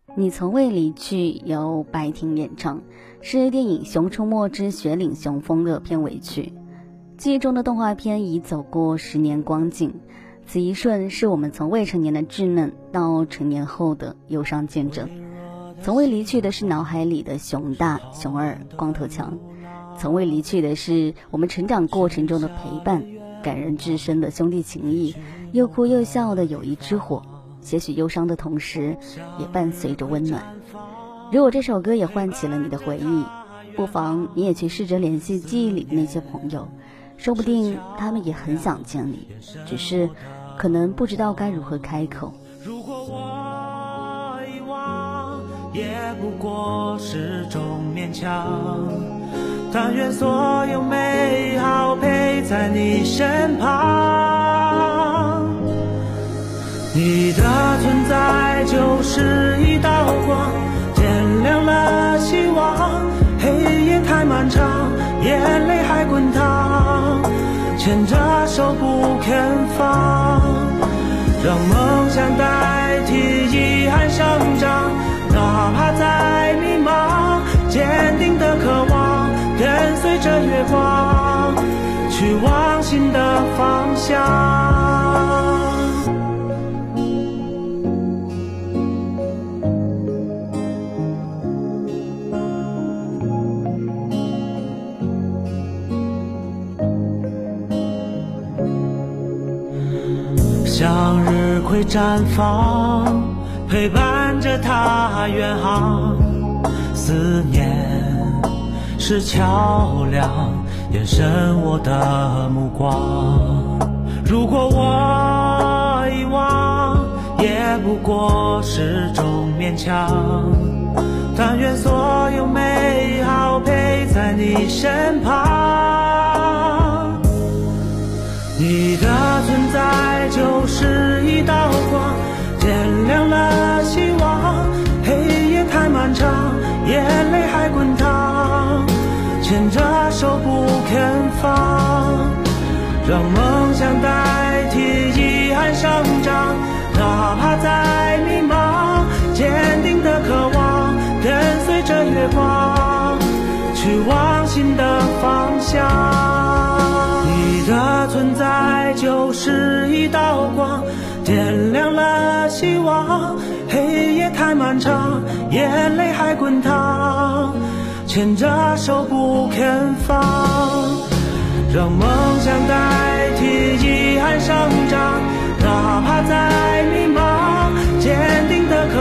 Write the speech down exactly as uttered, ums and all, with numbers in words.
你从未离去由白婷演唱，是电影《熊出没之雪岭熊风》的片尾曲。记忆中的动画片已走过十年光景，此一瞬是我们从未成年的稚嫩到成年后的忧伤见证。从未离去的是脑海里的熊大、熊二、光头强，从未离去的是我们成长过程中的陪伴，感人至深的兄弟情谊，又哭又笑的友谊之火。些许忧伤的同时，也伴随着温暖。如果这首歌也唤起了你的回忆，不妨你也去试着联系记忆里的那些朋友，说不定他们也很想见你，只是可能不知道该如何开口。 如果我遗忘，也不过是种勉强，但愿所有美好陪在你身旁。你的存在就是一道光，点亮了希望。黑夜太漫长，眼泪还滚烫，牵着手不肯放，让梦想代替遗憾生长。哪怕再迷茫，坚定的渴望，跟随着月光，去往新的方向。向日葵绽放，陪伴着他远航。思念是桥梁，延伸我的目光。如果我遗忘，也不过是种勉强，但愿所有美好陪在你身旁。你的存在就是一道光，点亮了希望。黑夜太漫长，眼泪还滚烫，牵着手不肯放，让梦想代替遗憾生长。哪怕再迷茫，坚定的渴望，跟随着月光，去往新的方向。你的存在就是一道光，点亮了希望。黑夜太漫长，眼泪还滚烫，牵着手不肯放，让梦想代替遗憾生长。哪怕再迷茫，坚定的渴